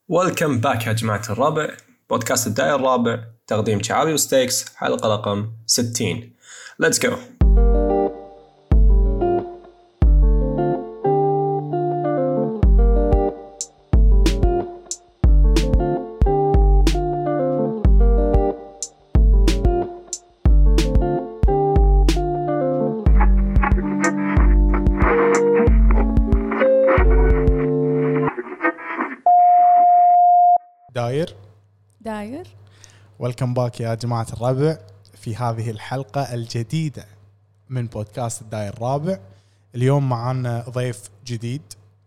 ويلكم باك يا جماعة الرابع، بودكاست الدائر الرابع، تقديم شعابي وستيكس، حلقة رقم 60. Let's go. داير ويلكم باك يا جماعة الربع في هذه الحلقة الجديدة من بودكاست الدائر الرابع. اليوم معنا ضيف جديد.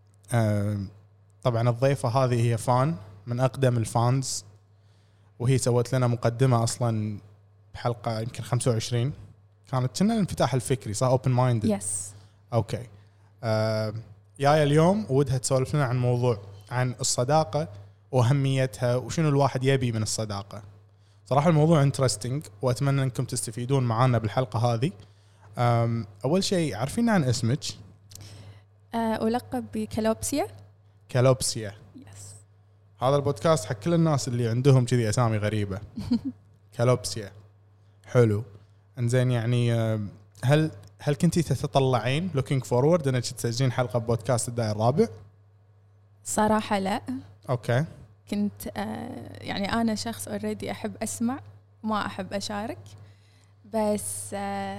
طبعا الضيفة هذه هي فان من أقدم الفانز، وهي سوت لنا مقدمة أصلا بحلقة يمكن 25 كانت كنا الانفتاح الفكري، صح؟ open minded. يس أوكي. يايا اليوم ودها تسولف لنا عن موضوع عن الصداقة وأهميتها وشنو الواحد يبي من الصداقة. صراحة الموضوع انترستينج وأتمنى أنكم تستفيدون معنا بالحلقة هذه. أول شيء عارفين عن اسمك؟ ألقب بكالوبسيا. كالوبسيا. يس. هذا البودكاست حق كل الناس اللي عندهم كذي أسامي غريبة. كالوبسيا حلو. انزين يعني هل كنتي تتطلعين looking forward أنك تسجلين حلقة بودكاست الدائر الرابع؟ صراحة لا. أوكي. كنت يعني أنا شخص already أحب أسمع ما أحب أشارك، بس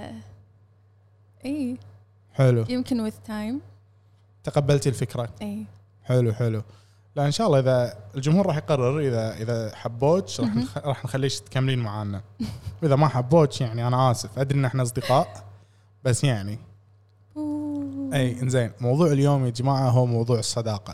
إيه حلو. يمكن with time تقبلتي الفكرة. إيه حلو. لا إن شاء الله إذا الجمهور راح يقرر إذا حبوش راح نخليش تكملين معانا. وإذا ما حبوش يعني أنا آسف، أدري إن إحنا أصدقاء بس يعني أي إنزين. موضوع اليوم يا جماعة هو موضوع الصداقة.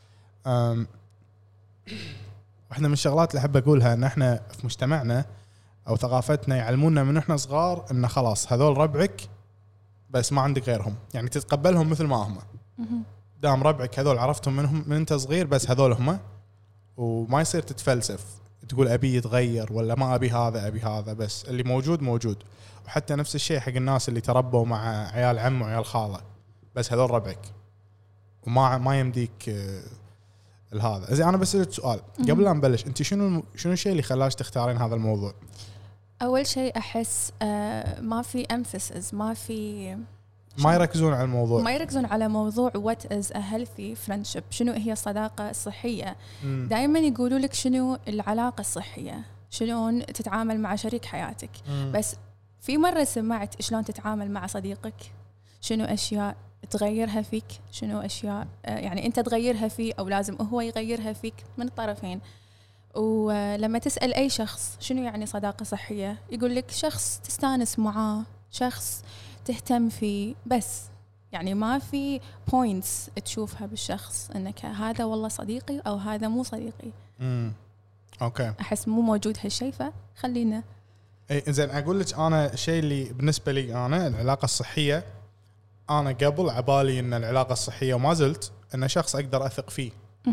واحدة من الشغلات اللي أحب أقولها إن إحنا في مجتمعنا أو ثقافتنا يعلمونا من إحنا صغار إن خلاص هذول ربعك بس ما عندك غيرهم، يعني تتقبلهم مثل ما هم. دام ربعك هذول عرفتهم منهم من أنت صغير بس هذول هم، وما يصير تتفلسف تقول أبي يتغير ولا ما أبي هذا بس اللي موجود. وحتى نفس الشيء حق الناس اللي تربوا مع عيال عم وعيال خالة بس هذول ربعك وما يمديك هذا. إذا أنا بسألك سؤال قبل لا نبلش، أنت شنو الشيء اللي خلاش تختارين هذا الموضوع؟ أول شيء أحس ما في emphasis، ما يركزون على الموضوع، ما يركزون على موضوع what is a healthy friendship، شنو هي الصداقة الصحية. دائما يقولوا لك شنو العلاقة الصحية، شلون تتعامل مع شريك حياتك. بس في مرة سمعت شلون تتعامل مع صديقك، شنو أشياء تغيرها فيك، شنو أشياء يعني أنت تغيرها فيه أو لازم هو يغيرها فيك من الطرفين. ولما تسأل أي شخص شنو يعني صداقة صحية، يقول لك شخص تستانس معاه، شخص تهتم فيه، بس يعني ما في points تشوفها بالشخص أنك هذا والله صديقي أو هذا مو صديقي. أوكي. أحس مو موجود هالشيء، فخلينا زين أقول لك أنا الشيء اللي بالنسبة لي أنا العلاقة الصحية، أنا قبل عبالي إن العلاقة الصحية وما زلت إن شخص أقدر أثق فيه.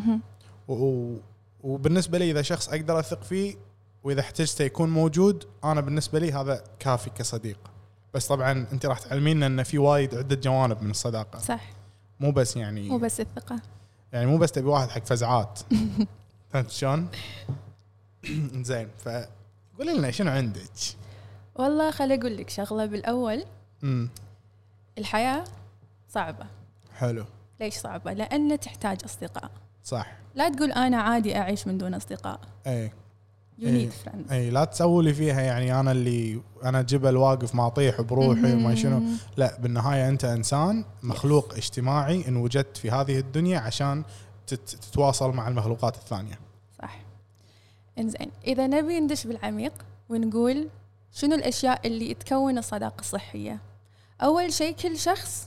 وبالنسبة لي إذا شخص أقدر أثق فيه وإذا احتجت يكون موجود، أنا بالنسبة لي هذا كافي كصديق. بس طبعا أنت راح تعلمين إن في وايد عدة جوانب من الصداقة، صح؟ مو بس الثقة، يعني مو بس تبي واحد حق فزعات. فهمت شلون؟ زين، فقولي لنا شنو عندك. والله خلي أقول لك شغلة بالأول. الحياة صعبة. حلو. ليش صعبة؟ لأن تحتاج أصدقاء. صح. لا تقول أنا عادي أعيش من دون أصدقاء. You need friends. لا تسوي فيها يعني أنا جبل واقف ما أطيح بروحي وما شنو. لا، بالنهاية أنت إنسان مخلوق اجتماعي إن وجدت في هذه الدنيا عشان تتواصل مع المخلوقات الثانية. صح. إنزين، إذا نبي ندش بالعميق ونقول شنو الأشياء اللي تكون الصداقة الصحية. أول شيء كل شخص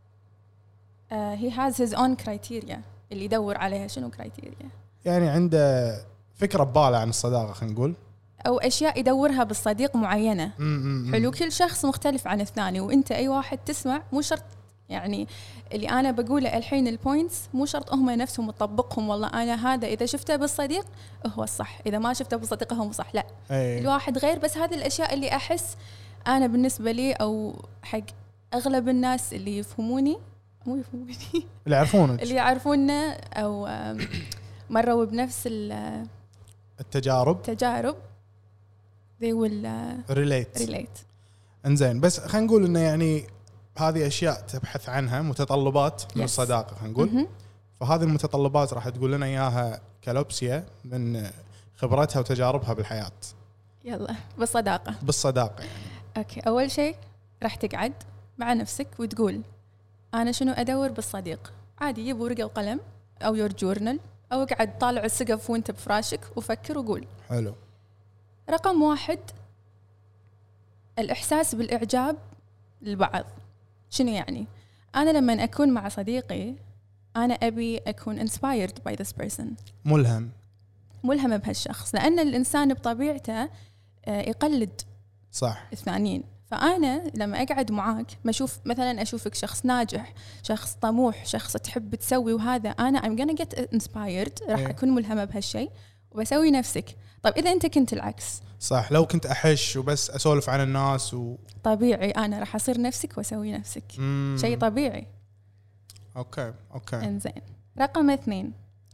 he has his own criteria اللي يدور عليها. شنو criteria؟ يعني عنده فكرة بباله عن الصداقة، خلينا نقول، أو أشياء يدورها بالصديق معينة. حلو. كل شخص مختلف عن الثاني، وإنت أي واحد تسمع مو شرط يعني اللي أنا بقوله الحين البوينتس مو شرط هم نفسهم تطبقهم. والله أنا هذا إذا شفته بالصديق هو الصح، إذا ما شفته بالصديق هو صح. لا، الواحد غير. بس هذه الأشياء اللي أحس أنا بالنسبة لي أو حق أغلب الناس اللي يفهموني، مو يفهموني، اللي يعرفونك، اللي يعرفونا أو مروا بنفس التجارب they will relate. انزين، بس خلينا نقول انه يعني هذه اشياء تبحث عنها، متطلبات من الصداقه خلينا نقول. فهذه المتطلبات راح تقول لنا اياها كالوبسيا من خبرتها وتجاربها بالحياه. يلا بالصداقه يعني. اوكي، اول شيء راح تقعد مع نفسك وتقول انا شنو ادور بالصديق. عادي جيب ورقه وقلم او يور جورنال، او اقعد طالع السقف وانت بفراشك وفكر وقول. حلو. رقم 1، الإحساس بالإعجاب للبعض. شنو يعني؟ أنا لما أكون مع صديقي أنا أبي أكون inspired by this person، ملهم بهالشخص، لأن الإنسان بطبيعته يقلد صح الثانيين. فأنا لما أقعد معاك مثلا أشوفك شخص ناجح، شخص طموح، شخص تحب تسوي، وهذا أنا I'm gonna get inspired، راح أكون ملهمة بهالشيء وبسوي نفسك. طيب إذا أنت كنت العكس، صح، لو كنت أحش وبس أسولف عن الناس طبيعي أنا راح أصير نفسك وأسوي نفسك. شيء طبيعي. أوكي إنزين. رقم 2،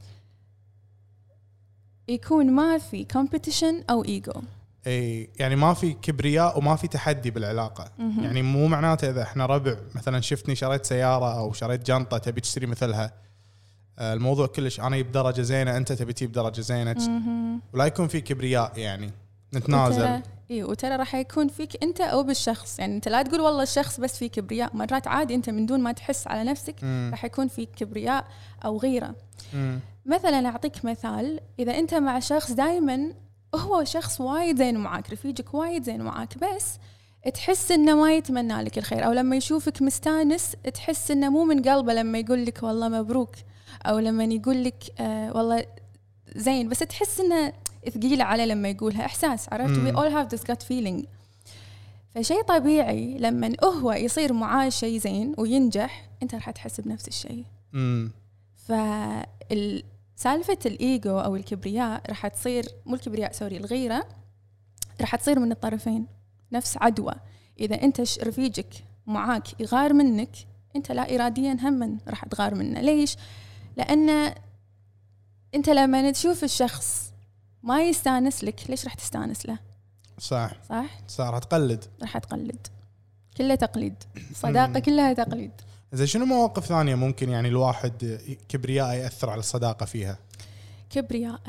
يكون ما في competition أو ego. اي يعني ما في كبرياء وما في تحدي بالعلاقه. يعني مو معناته اذا احنا ربع مثلا شفتني شريت سياره او شريت جنطه تبي تشتري مثلها، الموضوع كلش انا جيب درجه زينه انت تبي تجيب درجه زينه، ولا يكون في كبرياء يعني نتنازل. وترى راح يكون فيك انت او بالشخص. يعني انت لا تقول والله الشخص بس فيه كبرياء، مرات عادي انت من دون ما تحس على نفسك راح يكون فيك كبرياء او غيره. مثلا اعطيك مثال، اذا انت مع شخص دائما هو شخص وايد زين معاك، رفيجك وايد زين معاك، بس تحس انه ما يتمنى لك الخير، او لما يشوفك مستانس تحس انه مو من قلبه لما يقول لك والله مبروك، او لما يقول لك والله زين، بس تحس انه ثقيله عليه لما يقولها. احساس، عرفت؟ we all have this gut feeling. فشيء طبيعي لما هو يصير معاه شيء زين وينجح انت راح تحس بنفس الشيء. سالفة الإيجو أو الكبرياء راح تصير، مو الكبرياء سوري، الغيرة راح تصير من الطرفين، نفس عدوى. إذا أنت رفيجك معاك يغار منك، أنت لا إراديا هم راح تغار منه. ليش؟ لأن أنت لما تشوف الشخص ما يستانس لك، ليش راح تستانس له؟ صح راح تقلد كله تقليد. صداقة كلها تقليد. إذا شنو مواقف ثانية ممكن يعني الواحد كبرياء يأثر على الصداقة فيها؟ كبرياء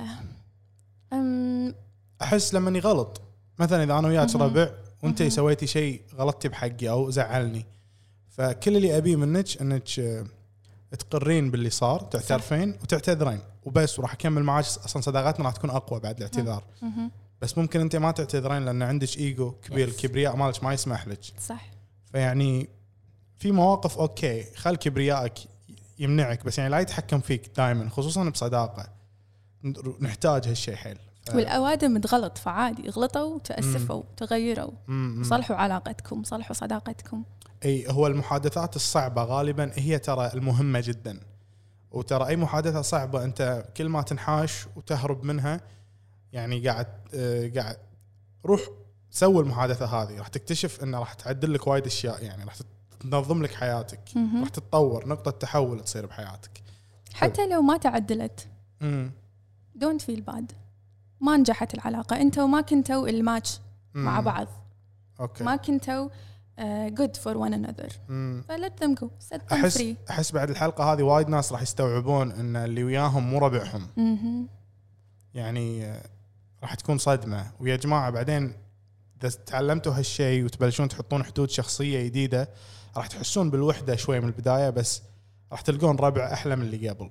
أحس لما يغلط، مثلا إذا أنا وياك ربع وأنت سويتي شيء غلطتي بحقي أو زعلني، فكل اللي أبيه منك أنك تقرين باللي صار، تعترفين وتعتذرين وبس، وراح أكمل معاك. أصلا صداقاتنا راح تكون أقوى بعد الاعتذار. بس ممكن أنت ما تعتذرين لأن عندك إيجو كبير، الكبرياء مالك ما يسمح لك. صح. فيعني في مواقف أوكي خل كبريائك يمنعك، بس يعني لا يتحكم فيك دائما، خصوصا بصداقة نحتاج هالشيء حيل. والأوادم تغلط، فعادي غلطوا وتأسفوا تغيروا وصلحوا علاقتكم، صلحوا صداقتكم. أي هو المحادثات الصعبة غالبا هي ترى المهمة جدا، وترى أي محادثة صعبة أنت كل ما تنحاش وتهرب منها يعني قاعد روح سوي المحادثة هذه، راح تكتشف أنه راح تعدل لك وايد أشياء، يعني راح تنظم لك حياتك، راح تتطور، نقطة تحول تصير بحياتك. حتى لو ما تعدلت don't feel bad، ما نجحت العلاقة، انت وما كنتوا الماتش مع بعض. أوكي. ما كنتوا good for one another، فlet them go، set them free. أحس بعد الحلقة هذه وايد ناس راح يستوعبون أن اللي وياهم مو ربعهم. يعني راح تكون صدمة. ويا جماعة بعدين إذا تعلمتوا هالشيء وتبلشون تحطون حدود شخصية جديدة، راح تحسون بالوحدة شوي من البداية، بس راح تلقون ربع أحلى من اللي قبل.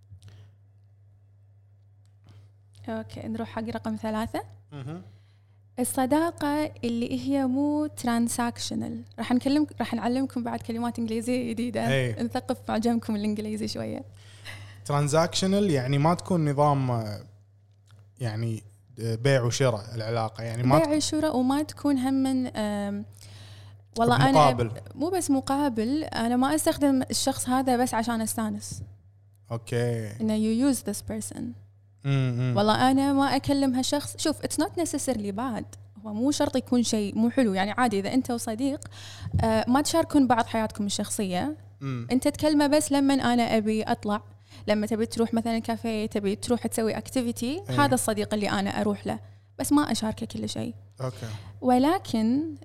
أوكي، نروح حق رقم 3. الصداقة اللي هي مو ترانزاكشنال. راح نعلمكم بعد كلمات إنجليزية جديدة. نثقف معجمكم الإنجليزي شوية. ترانزاكشنال يعني ما تكون نظام يعني بيع وشراء العلاقة، يعني ما بيع وشراء، وما تكون هم من والله مقابل. أنا مو بس مقابل، أنا ما أستخدم الشخص هذا بس عشان أستانس. أوكي. إنه you use this person. والله أنا ما أكلم هالشخص. شوف it's not necessarily bad، هو مو شرط يكون شيء مو حلو. يعني عادي إذا أنت وصديق ما تشاركون بعض حياتكم الشخصية، أنت تكلمه بس لما أنا أبي أطلع، لما تبي تروح مثلا كافيه، تبي تروح تسوي اكتيفيتي، هذا الصديق اللي انا اروح له، بس ما اشاركه كل شيء. اوكي. ولكن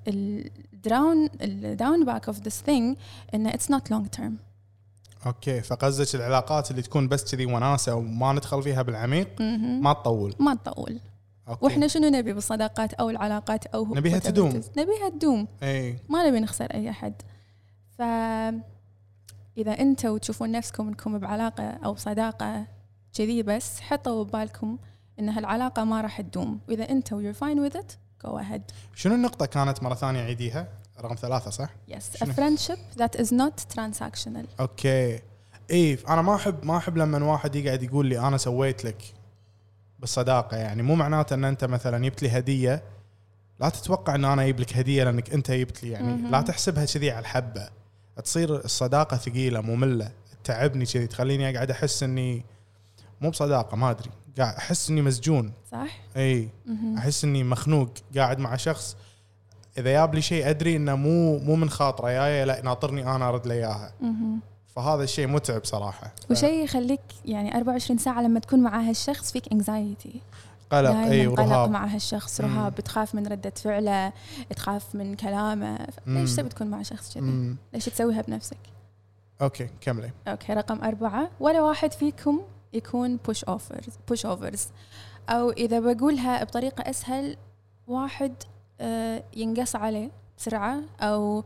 الداون باك اوف ذس ثينج انه اتس نوت لونج تيرم. اوكي، فقصدك العلاقات اللي تكون بس كذي وناسه وما ندخل فيها بالعميق ما تطول. أوكي. واحنا شنو نبي بالصداقات او العلاقات او نبيها تدوم. نبيها تدوم. ما نبي نخسر اي احد. فاذا انتوا تشوفون نفسكم انكم بعلاقه او صداقه كذي، بس حطوا ببالكم ان هالعلاقه ما راح تدوم، واذا انتوا you're fine with it go ahead. شنو النقطه كانت مره ثانيه عيديها؟ رقم 3 صح؟ yes. a friendship that is not transactional. اوكي. انا ما احب لما واحد يقعد يقول لي انا سويت لك بالصداقه. يعني مو معناته ان انت مثلا جبت لي هديه لا تتوقع ان انا اجيب لك هديه لانك انت جبت لي. يعني لا تحسبها كذي على الحبه، تصير الصداقه ثقيله ممله، تعبني كذي، تخليني اقعد احس اني مو بصداقه، ما ادري، قاعد احس اني مسجون. صح. احس اني مخنوق قاعد مع شخص اذا جاب لي شيء ادري انه مو من خاطره جايه، لا ناطرني انا ارد له اياها. فهذا الشيء متعب صراحه، وشيء يخليك يعني 24 ساعه لما تكون مع هالشخص فيك انكزايتي، قلق. ورهاب مع هالشخص، رهاب، بتخاف من ردة فعله، تخاف من كلامه. ليش تبي تكون مع شخص كذي؟ ليش تسويها بنفسك؟ اوكي كملي. اوكي رقم 4، ولا واحد فيكم يكون push overs، او اذا بقولها بطريقه اسهل، واحد ينقص عليه بسرعه او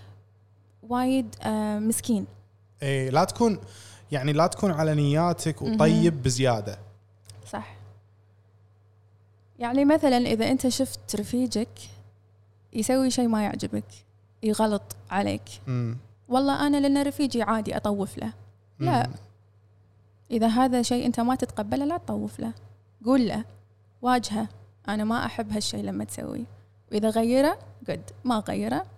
وايد مسكين. لا تكون على نياتك وطيب بزياده. صح. يعني مثلا اذا انت شفت رفيجك يسوي شيء ما يعجبك، يغلط عليك، والله انا لان رفيجي عادي اطوف له. لا، اذا هذا شيء انت ما تتقبله لا تطوف له، قول له، واجهه، انا ما احب هالشيء لما تسوي، واذا غيره قد ما غيره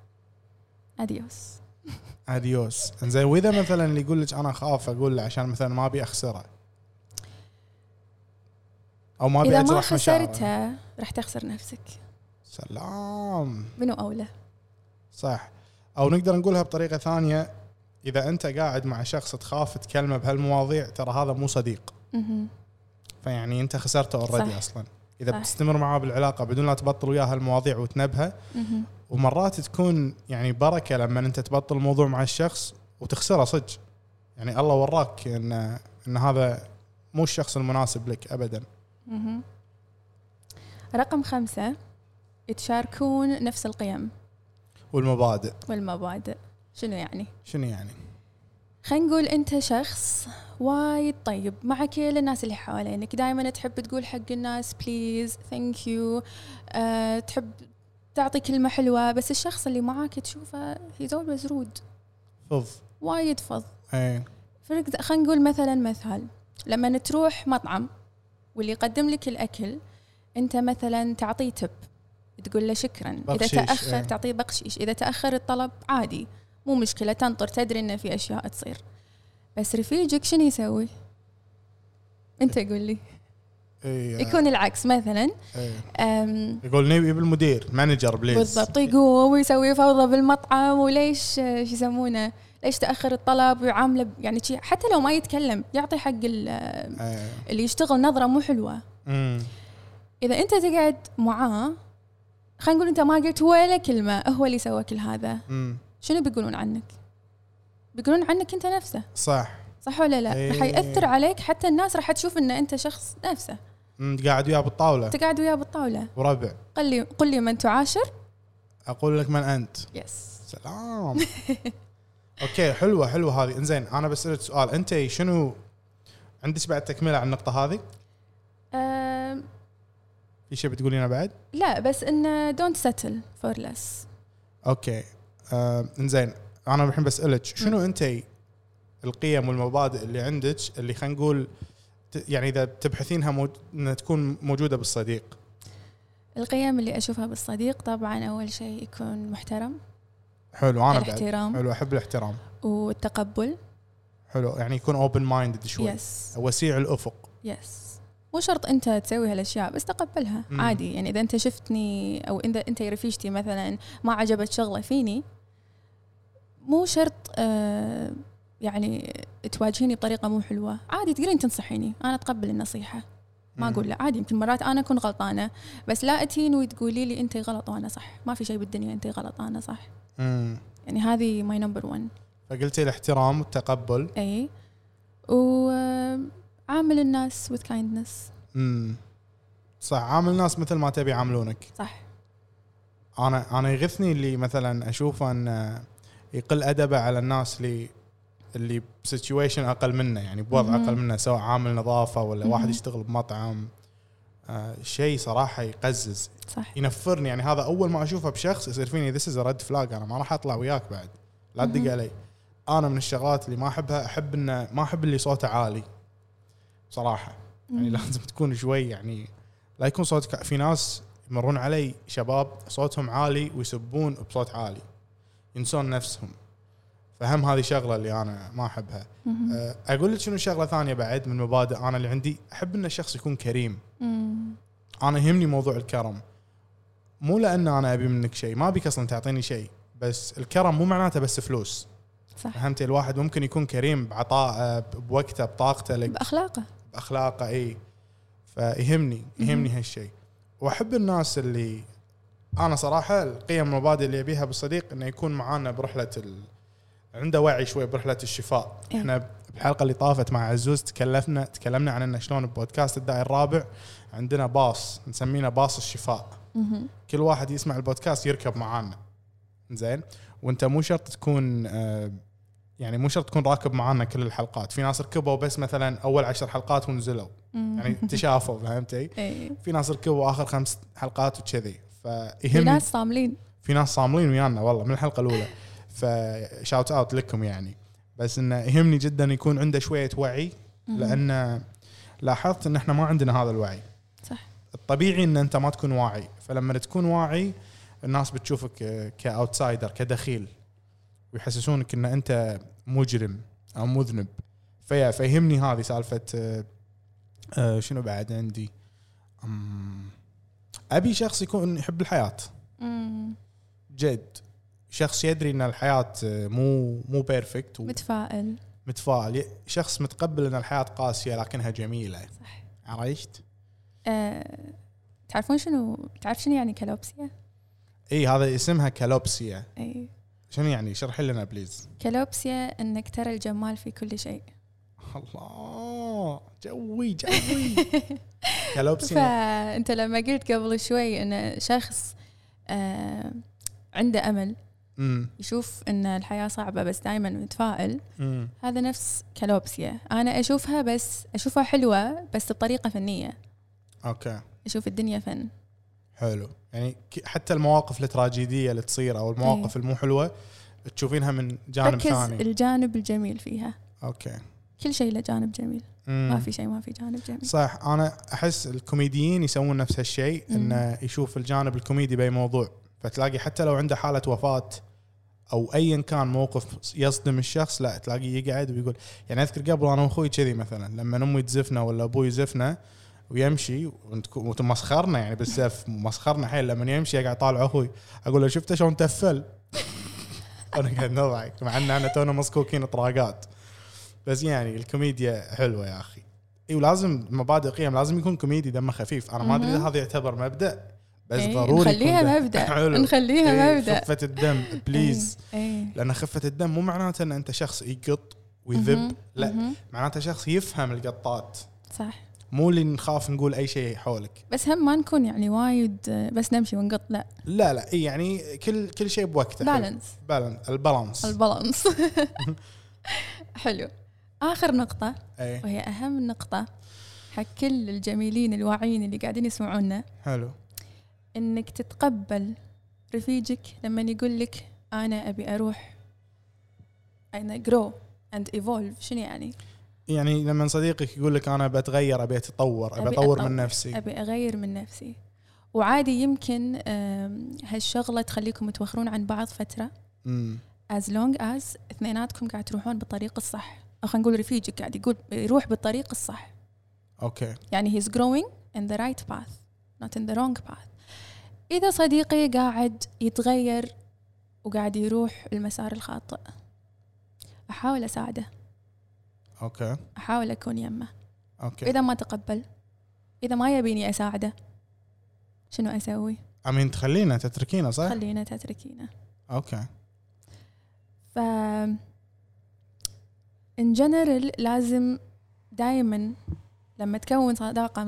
اديوس. انزين، واذا مثلا اللي يقول لك انا خاف اقول له عشان مثلا ما ابي اخسره او ما ابي اجرح مشاعره، اذا ما خسرته راح تخسر نفسك. سلام. منو اولى؟ صح. او نقدر نقولها بطريقه ثانيه، اذا انت قاعد مع شخص تخاف تكلمه بهالمواضيع ترى هذا مو صديق. فيعني انت خسرته اوريدي اصلا اذا صح. بتستمر معاه بالعلاقه بدون لا تبطل وياه هالمواضيع وتنبهه. ومرات تكون يعني بركه لما انت تبطل الموضوع مع الشخص وتخسره صدق. يعني الله وراك ان هذا مو الشخص المناسب لك ابدا. رقم 5، يتشاركون نفس القيم والمبادئ. شنو يعني؟ خلينا نقول انت شخص وايد طيب مع كل الناس اللي حوالينك، دائما تحب تقول حق الناس بليز، ثانك يو، تحب تعطي كلمة حلوة، بس الشخص اللي معاك تشوفه he's always rude، وايد فظ. خلينا نقول مثال لما تروح مطعم واللي يقدم لك الأكل أنت مثلا تعطيه تب، تقول له شكرا، إذا تأخر تعطيه بقشيش، إذا تأخر الطلب عادي مو مشكلة، تنطر، تدري إن في أشياء تصير. بس رفيجك شنو يسوي؟ أنت قول لي. يكون العكس مثلا، يقول نبي بالمدير مانجر بليز، بالضبط، يقوم ويسوي فوضى بالمطعم، وليش شو يسمونه، ليش تأخر الطلب، ويعامله يعني حتى لو ما يتكلم يعطي حق اللي يشتغل نظرة مو حلوة. إذا أنت تقعد معاه، خلينا نقول أنت ما قلت ولا كلمة، هو اللي سوى كل هذا، شنو بيقولون عنك؟ بيقولون عنك أنت نفسه. صح ولا لا؟ راح يأثر عليك، حتى الناس راح تشوف إن أنت شخص نفسه. قاعد وياه بالطاولة. تقعد وياه بالطاولة. وربع. قل لي من تعاشر. أقول لك من أنت. سلام. أوكي، حلوة هذه. إنزين، أنا بسألك سؤال، أنت شنو عندك بعد تكملة عن النقطة هذه؟ في شيء بتقولينه بعد؟ لا، بس إن don't settle for less. أوكي. إنزين، أنا الحين بسألك شنو أنت القيم والمبادئ اللي عندك اللي خلينا نقول يعني إذا تبحثينها إنها تكون موجودة بالصديق؟ القيم اللي أشوفها بالصديق طبعا أول شيء يكون محترم. حلو. أنا الاحترام. حلو، أحب الاحترام. والتقبل. حلو، يعني يكون open minded شوي. وسيع الأفق. مو شرط أنت تسوي هالأشياء، بس تقبلها عادي. يعني إذا أنت شفتني أو إذا أنت رفيجتي مثلا ما عجبت شغلة فيني، مو شرط يعني تواجهيني بطريقة مو حلوة، عادي تقدرين تنصحيني، أنا أتقبل النصيحة، ما أقول لا، عادي يمكن مرات أنا أكون غلطانة، بس لا أتين وتقولي لي أنت غلط وأنا صح، ما في شيء بالدنيا أنت غلط أنا صح. يعني هذه my number one. فقلتي الاحترام والتقبل. أي، وعامل الناس with kindness. صح، عامل الناس مثل ما تبي يعاملونك. صح. أنا يغثني اللي مثلا أشوفه أن يقل أدبه على الناس اللي بسيتويشن أقل منه، يعني بوضع أقل منه، سواء عامل نظافة ولا واحد يشتغل بمطعم. شيء صراحة يقزز. صح. ينفرني، يعني هذا أول ما أشوفه بشخص يصير فيني this is a red flag، أنا ما راح أطلع وياك بعد، لا تدق علي. أنا من الشغلات اللي ما أحبها، ما أحب اللي صوته عالي صراحة. يعني لازم تكون شوي، يعني لا يكون صوتك. في ناس يمرون علي شباب صوتهم عالي ويسبون بصوت عالي، ينسون نفسهم. فهم هذه شغلة اللي أنا ما أحبها. أقول لك شنو شغلة ثانية بعد من مبادئ أنا اللي عندي، أحب إن الشخص يكون كريم. أنا يهمني موضوع الكرم، مو لأن أنا أبي منك شيء، ما أبيك أصلا تعطيني شيء، بس الكرم مو معناته بس فلوس. صح. فهمتي؟ الواحد ممكن يكون كريم بعطاء، بوقته، بطاقته لك، بأخلاقه. إيه، فيهمني هالشيء. وأحب الناس اللي أنا صراحة القيم المبادئ اللي أبيها بالصديق إنه يكون معانا برحلة عنده وعي شوي برحلة الشفاء. إحنا بالحلقة اللي طافت مع عزوز تكلمنا عن إن شلون بودكاست الداعي الرابع عندنا باص نسمينا باص الشفاء. كل واحد يسمع البودكاست يركب معانا، زين. وانت مو شرط تكون يعني مو شرط تكون راكب معانا كل الحلقات. في ناس ركبوا بس مثلا أول 10 حلقات ونزلوا، يعني تشافوا، فهمتي؟ في ناس ركبوا آخر 5 حلقات وكذي. فيهم في ناس صاملين ويانا والله من الحلقة الأولى، فشاوت اوت لكم يعني. بس انه يهمني جدا يكون عنده شوية وعي، لأن لاحظت ان احنا ما عندنا هذا الوعي. صح. الطبيعي ان انت ما تكون واعي، فلما تكون واعي الناس بتشوفك كاوتسايدر، كدخيل، ويحسسونك ان انت مجرم او مذنب. فيهمني هذه سالفة. شنو بعد عندي؟ ابي شخص يكون يحب الحياة جد، شخص يدري ان الحياة مو بيرفكت، متفائل، شخص متقبل ان الحياة قاسية لكنها جميلة. صح. عرفت؟ تعرف شنو يعني كالوبسيا؟ هذا اسمها كالوبسيا. اي، شنو يعني؟ شرح لنا بليز. كالوبسيا انك ترى الجمال في كل شيء. الله، جوي كالوبسيا. فانت لما قلت قبل شوي ان شخص عنده امل، يشوف ان الحياة صعبة بس دائما متفائل، هذا نفس كالوبسيا. انا اشوفها حلوة بس بطريقة فنية. اوكي، اشوف الدنيا فن حلو. يعني حتى المواقف التراجيدية اللي تصير او المواقف المو حلوة تشوفينها من جانب ثاني، ركز الجانب الجميل فيها. اوكي، كل شيء له جانب جميل. ما في جانب جميل. صح. انا احس الكوميديين يسوون نفس هالشيء، انه يشوف الجانب الكوميدي باي موضوع. فتلاقي حتى لو عنده حالة وفاة او ايا كان موقف يصدم الشخص، لا تلاقيه يقعد ويقول. يعني اذكر قبل انا واخوي كذي مثلا، لما امي تزفنا ولا ابوي يزفنا ويمشي وتمسخرنا، يعني بالسف مسخرنا حيل، لما يمشي قاعد طالع اخوي اقول له شفته شلون تفل. انا قاعد نضحك مع ان انا تونا مسكوكين طراقات. بس يعني الكوميديا حلوه يا اخي. ولازم مبادئ قيم، لازم يكون كوميدي دمه خفيف. انا ما ادري اذا هذا يعتبر مبدأ، بس ضروري نخليها مبدأ. خفة الدم بليز. لأن خفة الدم مو معناته أن أنت شخص يقط ويذب، لا، معناته شخص يفهم القطات. صح. مو اللي نخاف نقول أي شيء حولك، بس هم ما نكون يعني وايد بس نمشي ونقط. لا يعني كل شيء بوقته. البالانس. حلو. آخر نقطة وهي أهم نقطة حق كل الجميلين الواعيين اللي قاعدين يسمعونا. حلو. إنك تتقبل رفيجك لما يقول لك أنا أبي أروح أنا grow and evolve. شنو يعني؟ يعني لما صديقك يقول لك أنا بتغير، أبي أتطور، أبي أطور من نفسي، أبي أغير من نفسي. وعادي يمكن هالشغلة تخليكم توخرون عن بعض فترة، as long as اثنيناتكم قاعد تروحون بالطريق الصح. أو خلينا نقول رفيجك قاعد يروح بالطريق الصح. أوكي. يعني he's growing in the right path not in the wrong path. إذا صديقي قاعد يتغير وقاعد يروح المسار الخاطئ، أحاول أساعده. اوكي. أحاول أكون يمه. اوكي. إذا ما تقبل، إذا ما يبيني أساعده، شنو أسوي؟ امين تخلينا تتركينا صح؟ خلينا تتركينا. اوكي. ف in general لازم دائما لما تكون صداقة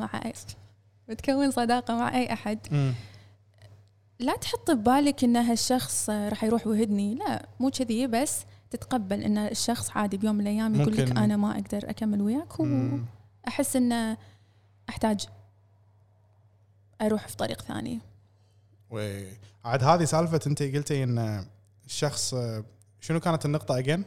مع أي أحد لا تحط ببالك إن هالشخص راح يروح ويهدني. لا، مو كذي، بس تتقبل إن الشخص عادي بيوم من الأيام يقول لك أنا ما أقدر أكمل وياك وأحس إن أحتاج أروح في طريق ثاني. وعاد هذه سالفة أنت قلتي إن الشخص شنو كانت النقطة again؟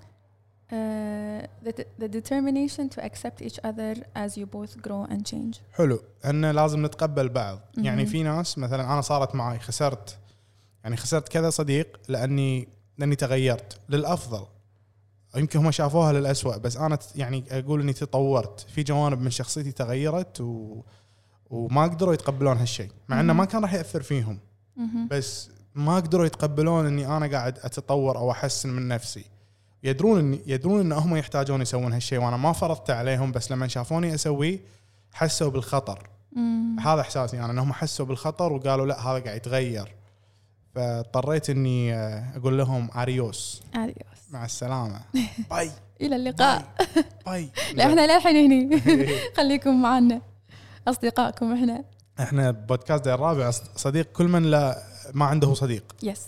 the determination to accept each other as you both grow and change. حلو، أن لازم نتقبل بعض. يعني في ناس مثلا أنا صارت معي خسرت كذا صديق لأني تغيرت للأفضل. يمكن هم شافوها للأسوأ، بس أنا يعني أقول إني تطورت في جوانب من شخصيتي تغيرت وما قدروا يتقبلون هالشيء، مع إنه ما كان راح يأثر فيهم، بس ما قدروا يتقبلون إني أنا قاعد أتطور أو أحسن من نفسي. يدرون إن هم يحتاجون يسوون هالشيء وأنا ما فرضت عليهم، بس لما شافوني أسويه حسوا بالخطر. هذا إحساسي أنا، إنهم حسوا بالخطر وقالوا لا هذا قاعد يتغير، فاضطريت إني أقول لهم أريوس مع السلامة باي إلى اللقاء باي. لا إحنا للحين هني خليكم معنا أصدقائكم. إحنا بودكاست داير الرابع، صديق كل من لا ما عنده صديق. يس.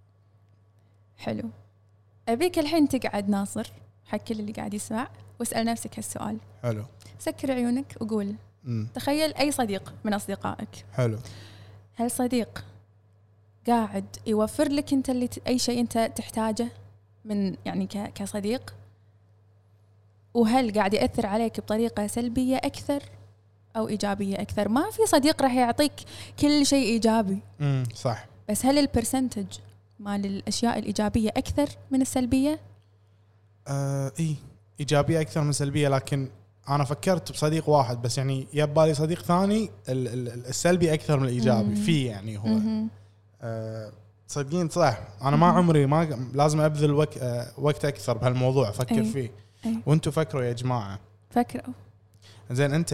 حلو. أبيك الحين تقعد ناصر حق كل اللي قاعد يسمع واسأل نفسك هالسؤال. حلو. سكر عيونك وقول تخيل أي صديق من أصدقائك. حلو. هالصديق قاعد يوفر لك أنت أي شيء أنت تحتاجه من يعني كصديق، وهل قاعد يأثر عليك بطريقة سلبية أكثر أو إيجابية أكثر؟ ما في صديق راح يعطيك كل شيء إيجابي. صح. بس هل البرسنتج مال الأشياء الإيجابية أكثر من السلبية؟ إيه، إيجابية أكثر من سلبية، لكن أنا فكرت بصديق واحد بس، يعني يبالي صديق ثاني السلبي أكثر من الإيجابي فيه. يعني هو صدقين صح. أنا ما عمري ما لازم أبذل وقت أكثر بهالموضوع أفكر فيه. وأنتوا فكروا يا جماعة. فكروا. زين أنت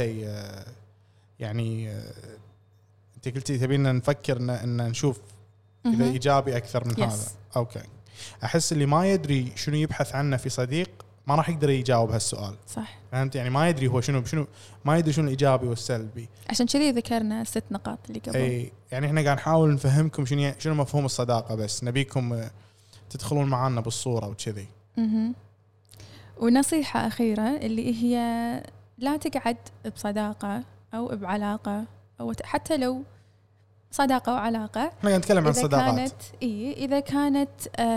يعني أنت قلتي تبينا نفكر إن نشوف إذا إيجابي أكثر من هذا. أوكي. أحس اللي ما يدري شنو يبحث عنه في صديق ما راح يقدر يجاوب هالسؤال. صح. فهمت؟ يعني ما يدري هو شنو ما يدري شنو الإيجابي والسلبي. عشان كذي ذكرنا 6 نقاط اللي قبل. أي يعني إحنا قاعد نحاول نفهمكم شنو مفهوم الصداقة، بس نبيكم تدخلون معنا بالصورة وكذي. ونصيحة أخيرة اللي هي لا تقعد بصداقة أو بعلاقة أو حتى لو صداقة وعلاقة. احنا قاعد نتكلم عن الصداقات. إذا كانت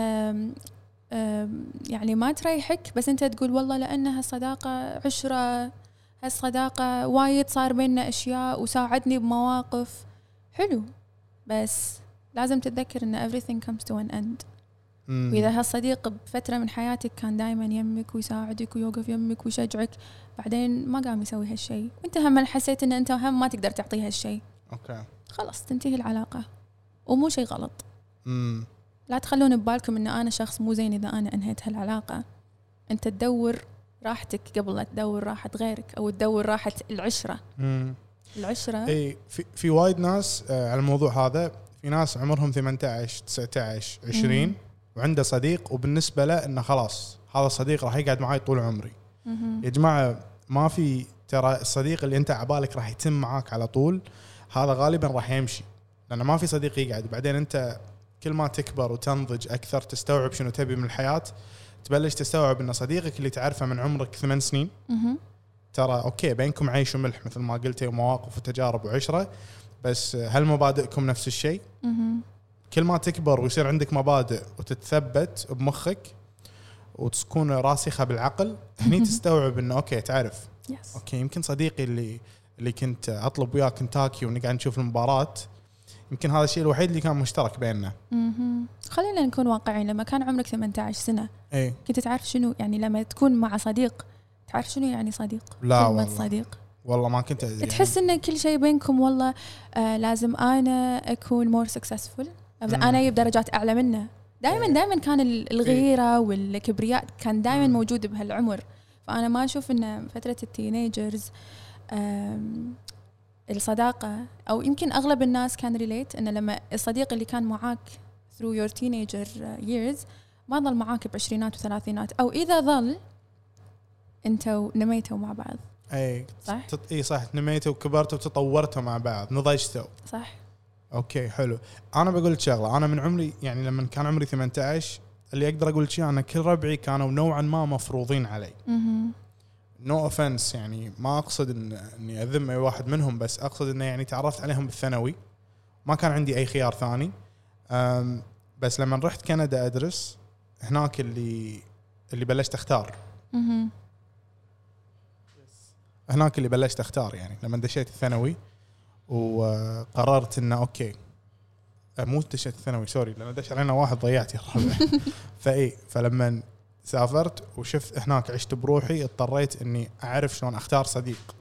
يعني ما تريحك، بس أنت تقول والله لأنها صداقة عشرة، هالصداقة وايد صار بيننا أشياء وساعدني بمواقف. حلو، بس لازم تتذكر إن everything comes to an end. وإذا هالصديق بفترة من حياتك كان دائما يمك ويساعدك ويوقف يمك ويشجعك، بعدين ما قام يسوي هالشيء وانت هم حسيت ان انت هم ما تقدر تعطيه هالشيء، اوكي خلاص تنتهي العلاقة. ومو شيء غلط. لا تخلون ببالكم ان انا شخص مو زين اذا انا انهيت هالعلاقة. انت تدور راحتك قبل لا تدور راحة غيرك او تدور راحة العشرة. العشرة اي في وايد ناس على الموضوع هذا. في ناس عمرهم 18 19 20 وعنده صديق وبالنسبة له انه خلاص هذا الصديق راح يقعد معي طول عمري. يا جماعة ما في، ترى الصديق اللي انت عبالك راح يتم معاك على طول هذا غالبا راح يمشي، لأنه ما في صديق يقعد. وبعدين انت كل ما تكبر وتنضج أكثر تستوعب شنو تبي من الحياة، تبلش تستوعب ان صديقك اللي تعرفه من عمرك 8 سنين ترى اوكي بينكم عيش وملح مثل ما قلتي ومواقف وتجارب وعشرة، بس هل مبادئكم نفس الشيء؟ كل ما تكبر ويصير عندك مبادئ وتتثبت بمخك وتكون راسخة بالعقل، هني تستوعب انه اوكي تعرف اوكي يمكن صديقي اللي كنت اطلب وياه كنتاكي ونقعد نشوف المباراة يمكن هذا الشيء الوحيد اللي كان مشترك بيننا. خلينا نكون واقعيين. لما كان عمرك 18 سنة كنت تعرف شنو يعني لما تكون مع صديق تعرف شنو يعني صديق؟ لا والله صديق والله ما كنت تحس ان كل شيء بينكم والله لازم انا اكون more successful، انا اجيب درجات اعلى منه. دائما كان الغيرة والكبرياء كان دائما موجود بهالعمر. فأنا ما أشوف إن فترة التينيجرز الصداقة، أو يمكن أغلب الناس كان ريليت إن لما الصديق اللي كان معاك through your teenager years ما ظل معاك بعشرينات وثلاثينات، أو إذا ظل أنتوا نميتوا مع بعض. أي صح؟ إيه صح، نميتوا وكبرتوا وتطورتوا مع بعض، نضجتوا. صح. أوكي حلو. أنا بقول لك شغلة، أنا من عمري يعني لما كان عمري 18 اللي أقدر أقول شيء، أنا كل ربعي كانوا نوعا ما مفروضين علي. no offense، يعني ما أقصد إني أذم أي واحد منهم، بس أقصد إنه يعني تعرفت عليهم بالثانوي، ما كان عندي أي خيار ثاني. بس لما رحت كندا أدرس هناك اللي بلشت أختار. هناك اللي بلشت أختار، يعني لما دشيت الثانوي وقررت إنه أوكي مو دشيت الثانوي سوري، لأن دش علينا واحد ضيعت يا ربع. فلما سافرت وشفت هناك عشت بروحي، اضطريت إني أعرف شلون أختار صديق.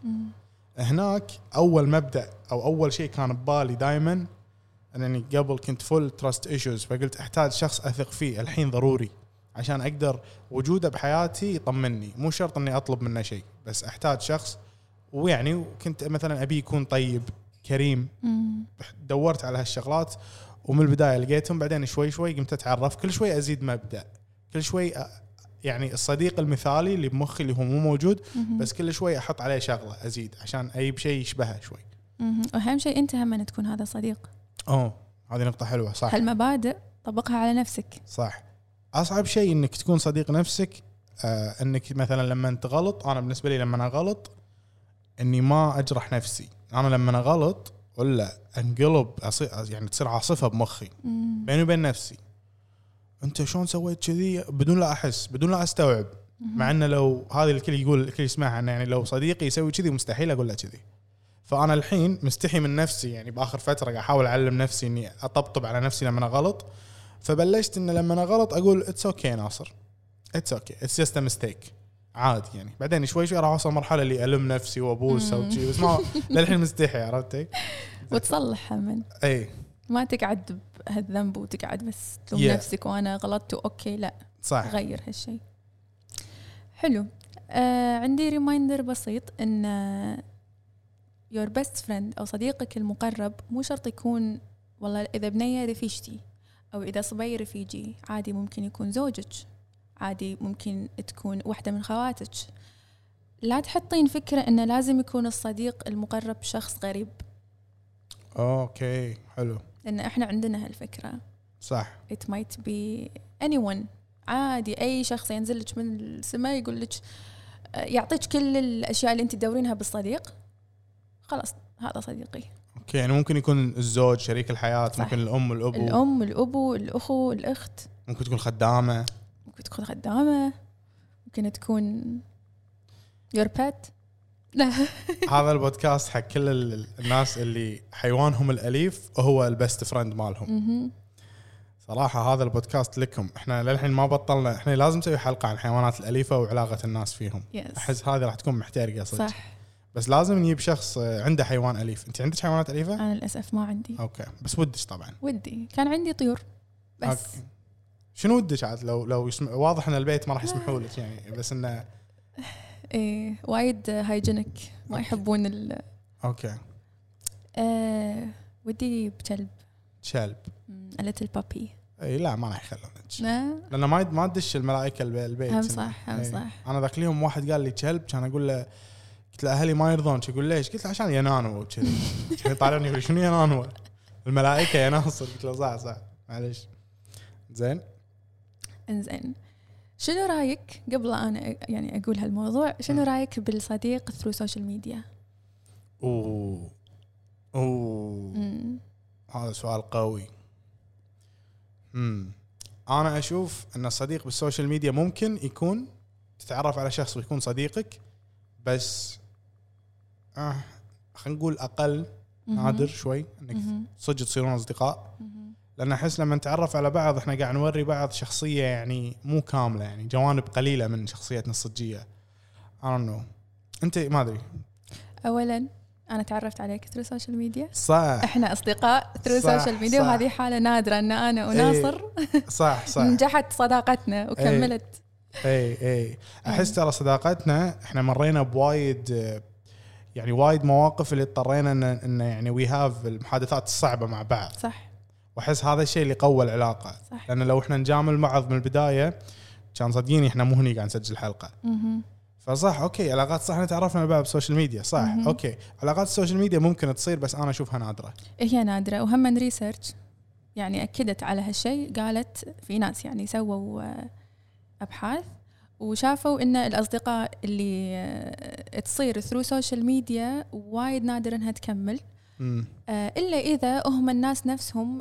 هناك أول مبدأ أو أول شيء كان ببالي دايما أنني قبل كنت فول تراست إيشوز، فقلت أحتاج شخص أثق فيه الحين ضروري عشان أقدر وجوده بحياتي يطمني، مو شرط أني أطلب منه شيء، بس أحتاج شخص. ويعني كنت مثلا أبي يكون طيب كريم. دورت على هالشغلات ومن البداية لقيتهم، بعدين شوي شوي قمت أتعرف، كل شوي أزيد مبدأ، كل شوي يعني الصديق المثالي اللي بمخي اللي هو مو موجود، بس كل شوي أحط عليه شغلة أزيد عشان أجيب شيء يشبهه شوي. وأهم شيء أنت هم أن تكون هذا صديق. هذه نقطة حلوة. صح. هالمبادئ طبقها على نفسك. صح. أصعب شيء إنك تكون صديق نفسك. إنك مثلا لما أنت غلط، أنا بالنسبة لي لما أنا غلط إني ما أجرح نفسي. أنا لما أنا غلط ولا انقلب يعني تصير عاصفة بمخي بيني وبين نفسي، أنت شلون سويت كذي، بدون لا أحس، بدون لا أستوعب. مع أنه لو هذا الكل يقول، الكل يسمعها، يعني لو صديقي يسوي كذي مستحيل أقول له كذي. فأنا الحين مستحي من نفسي، يعني بآخر فترة قاعد أحاول أعلم نفسي إني أطبطب على نفسي لما أنا غلط. فبلشت إن لما أنا غلط أقول it's okay ناصر، it's okay, it's just a mistake، عادي يعني. بعدين شوي شوي راح أوصل مرحلة اللي ألم نفسي وأبوس أو شيء، بس ما للحين مستحي، عرفتي؟ وتصلحها من أي ما تقعد بهالذنب وتقعد بس تلوم نفسك وأنا غلطت أوكي، لا صح، غير هالشيء. حلو. عندي ريمايندر بسيط إن your best friend أو صديقك المقرب مو شرط يكون والله إذا بنية رفيجتي أو إذا صبي رفيجي، عادي ممكن يكون زوجك، عادي ممكن تكون واحدة من خواتك. لا تحطين فكرة إنه لازم يكون الصديق المقرب شخص غريب. أوكي حلو. لأن إحنا عندنا هالفكرة. صح. It might be anyone، عادي أي شخص ينزل لك من السماء يقول لك، يعطيك كل الأشياء اللي أنت تدورينها بالصديق، خلاص هذا صديقي. أوكي، يعني ممكن يكون الزوج شريك الحياة. صح. ممكن الأم الأبو الأخو الأخت، ممكن تكون خدامة، ممكن تكون your pet. لا هذا البودكاست حق كل الناس اللي حيوانهم الأليف وهو البست فريند مالهم. صراحة هذا البودكاست لكم. احنا للحين ما بطلنا، احنا لازم نسوي حلقة عن الحيوانات الأليفة وعلاقة الناس فيهم. أحس هذه راح تكون محتاجة صدق. صح. بس لازم نجيب شخص عنده حيوان أليف. انت عندك حيوانات أليفة؟ أنا للأسف ما عندي. اوكي، بس ودش طبعا. ودي كان عندي طيور بس. أوكي. شنو ودش عاد لو واضح ان البيت ما راح يسمحوا لك يعني، بس انه ايه وايد هايجينيك ما يحبون اوكي. ودي بكلب. a little puppy. اي لا ما راح يخلونك، لأن ما تدش الملائكة البيت. هم صح. انا ذاك اليوم واحد قال لي كلب، كان اقول له، قلت له اهلي ما يرضون. يقول ليش؟ قلت له عشان ينانوا وكذي. كان طالعني يقول شنو ينانوا الملائكة يا ناصر؟ قلت له صح معليش. زين شنو رايك قبل انا يعني اقول هالموضوع، شنو رايك بالصديق ثرو سوشيال ميديا؟ هذا سؤال قوي. انا اشوف ان الصديق بالسوشيال ميديا ممكن يكون تتعرف على شخص ويكون صديقك، بس خلينا نقول اقل نادر شوي انك صدق تصيرون اصدقاء. لأن أحس لما نتعرف على بعض إحنا قاعد نوري بعض شخصية يعني مو كاملة، يعني جوانب قليلة من شخصيتنا الصجية. I don't know. أنت ما أدري. أولاً أنا تعرفت عليك ثرو سوشيال ميديا. صح. إحنا أصدقاء ثرو سوشيال ميديا، وهذه حالة نادرة أن أنا وناصر صح نجحت صداقتنا وكملت. اي احس ترى صداقتنا احنا مرينا بوايد، يعني وايد مواقف اللي اضطرينا ان يعني وي هاف المحادثات الصعبه مع بعض. صح. واحس هذا الشيء اللي قوى العلاقه. صح. لان لو احنا نجامل بعض من البدايه كان صدقيني احنا مو هني قاعد نسجل حلقه. فصح اوكي علاقات صح تعرفنا على بعض بالسوشيال ميديا صح. اوكي علاقات السوشيال ميديا ممكن تصير بس انا اشوفها نادره. هي نادره، وهم من ريسيرش يعني اكدت على هالشيء. قالت في ناس يعني سووا ابحاث وشافوا ان الاصدقاء اللي تصير ثرو سوشيال ميديا وايد نادر انها تكمل. الا اذا هم الناس نفسهم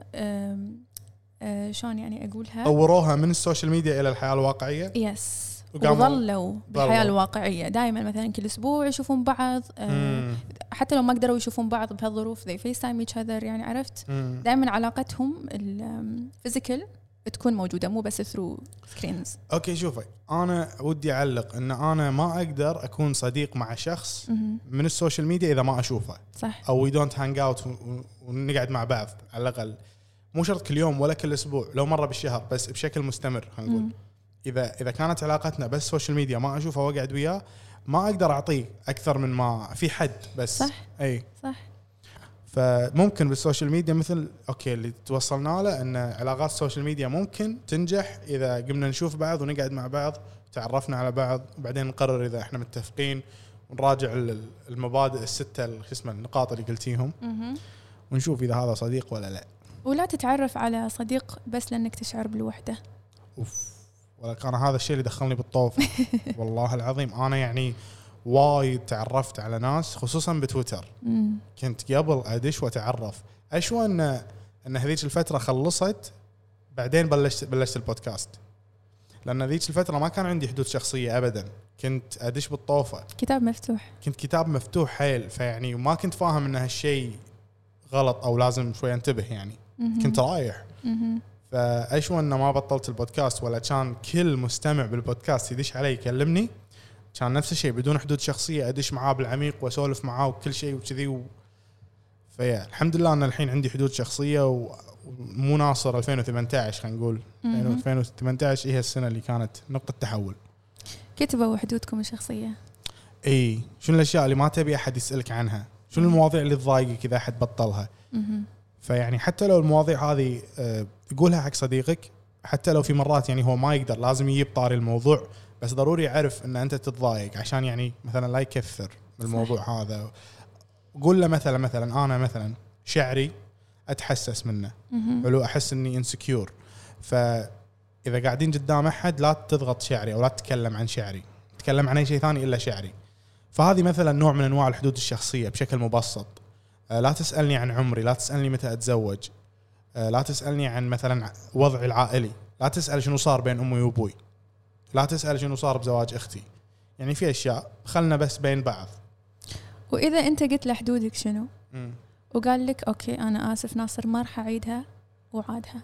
شلون يعني اقولها، طوروها من السوشيال ميديا الى الحياه الواقعيه. يس. وظلوا بالحياه الواقعيه دائما، مثلا كل اسبوع يشوفون بعض. حتى لو ما قدروا يشوفون بعض بهالظروف they FaceTime each other، يعني عرفت دائما علاقتهم الفيزيكال تكون موجوده مو بس ثرو سكرينز. اوكي شوفي، انا ودي اعلق ان انا ما اقدر اكون صديق مع شخص من السوشيال ميديا اذا ما اشوفه. صح. او وي دونت هانج اوت ونقعد مع بعض على الاقل، مو شرط كل يوم ولا كل اسبوع، لو مره بالشهر بس بشكل مستمر. هنقول اذا كانت علاقتنا بس سوشيال ميديا ما اشوفه واقعد وياه، ما اقدر اعطيه اكثر من ما في حد بس. صح. اي صح. فممكن بالسوشيال ميديا مثل اوكي اللي توصلنا له ان علاقات السوشيال ميديا ممكن تنجح اذا قمنا نشوف بعض ونقعد مع بعض تعرفنا على بعض، وبعدين نقرر اذا احنا متفقين ونراجع المبادئ الستة اسمها النقاط اللي قلتيهم ونشوف اذا هذا صديق ولا لا. ولا تتعرف على صديق بس لانك تشعر بالوحدة. ولا كان هذا الشيء اللي دخلني بالطوف. والله العظيم انا يعني وايد تعرفت على ناس خصوصا بتويتر. كنت قبل ادش واتعرف اشوى ان هذيك الفتره خلصت، بعدين بلشت البودكاست، لان ذيك الفتره ما كان عندي حدود شخصيه ابدا، كنت ادش بالطوفه، كتاب مفتوح، كنت كتاب مفتوح حيل. فيعني ما كنت فاهم ان هالشيء غلط او لازم شوي انتبه يعني. كنت رايح. فاشوى ان ما بطلت البودكاست، ولا كان كل مستمع بالبودكاست يدش علي يكلمني كان نفس الشيء بدون حدود شخصيه، ادش معاه بالعميق واسولف معاه وكل شيء وكذي فيا الحمد لله ان الحين عندي حدود شخصيه ومو ناصر 2018 خلينا نقول 2018 هي السنه اللي كانت نقطه تحول. كتبوا حدودكم الشخصيه. اي شنو الاشياء اللي ما تبي احد يسالك عنها، شنو المواضيع اللي تضايقك اذا احد بطلها. فيعني حتى لو المواضيع هذه تقولها حق صديقك، حتى لو في مرات يعني هو ما يقدر لازم يجيب طاري الموضوع، بس ضروري يعرف ان انت تتضايق عشان يعني مثلا لا يكثر الموضوع. صح. هذا قول له مثلا انا مثلا شعري اتحسس منه، حلو، احس اني انسكيور، فاذا قاعدين قدام احد لا تضغط شعري او لا تتكلم عن شعري، تتكلم عن اي شيء ثاني الا شعري. فهذه مثلا نوع من انواع الحدود الشخصيه بشكل مبسط. لا تسالني عن عمري، لا تسالني متى اتزوج، لا تسالني عن مثلا وضعي العائلي، لا تسال شنو صار بين امي وابوي، لا تسال شنو صار بزواج اختي. يعني في اشياء خلنا بس بين بعض. واذا انت قلت له حدودك شنو وقال لك اوكي انا اسف ناصر ما راح اعيدها وعادها،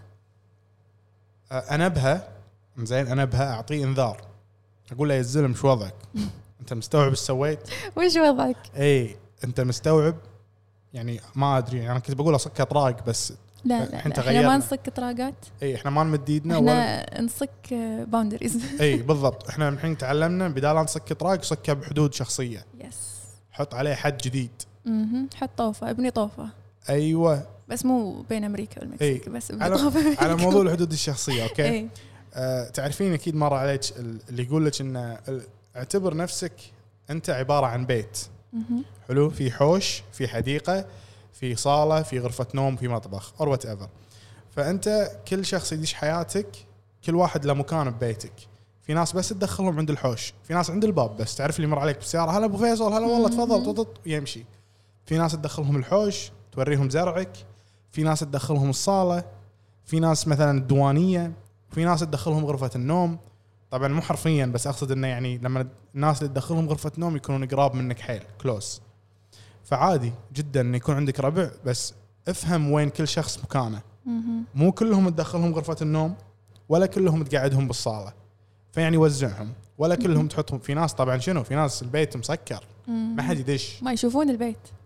انبها زين، انبها اعطيه انذار، اقول له يا الزلم شو وضعك؟ انت مستوعب ايش سويت؟ وش وضعك؟ اي انت مستوعب؟ يعني ما ادري، يعني انا كنت بقول اصك اطراق بس لا احنا ما نصك اطراقات. اي احنا ما نمد ايدنا ولا نصك باوندريز. اي بالضبط، احنا الحين تعلمنا بدال لا نصك اطراق صكها بحدود شخصيه. يس. حط عليه حد جديد. حط طوفه، ابني طوفه. ايوه بس مو بين امريكا والمكسيك. بس على موضوع الحدود الشخصيه. اوكي. تعرفين اكيد مر عليك اللي يقول لك ان اعتبر نفسك انت عباره عن بيت. حلو، في حوش، في حديقه، في صالة، في غرفة نوم، في مطبخ or whatever. فأنت كل شخص يدش حياتك كل واحد له مكان ببيتك. في ناس بس تدخلهم عند الحوش، في ناس عند الباب بس تعرف اللي يمر عليك بالسيارة هلا أبو فيصل هلا والله تفضل يمشي. في ناس تدخلهم الحوش توريهم زرعك، في ناس تدخلهم الصالة، في ناس مثلا الديوانية، في ناس تدخلهم غرفة النوم. طبعا مو حرفيا بس أقصد إنه يعني لما الناس اللي تدخلهم غرفة نوم يكونون قراب منك حيل كلوس. فعادي جدا ان يكون عندك ربع، بس افهم وين كل شخص مكانه. مو كلهم تدخلهم غرفة النوم ولا كلهم تقعدهم بالصالة، فيعني وزعهم، ولا كلهم تحطهم. في ناس طبعا شنو، في ناس البيت مسكر ما حد يدش، ما يشوفون البيت.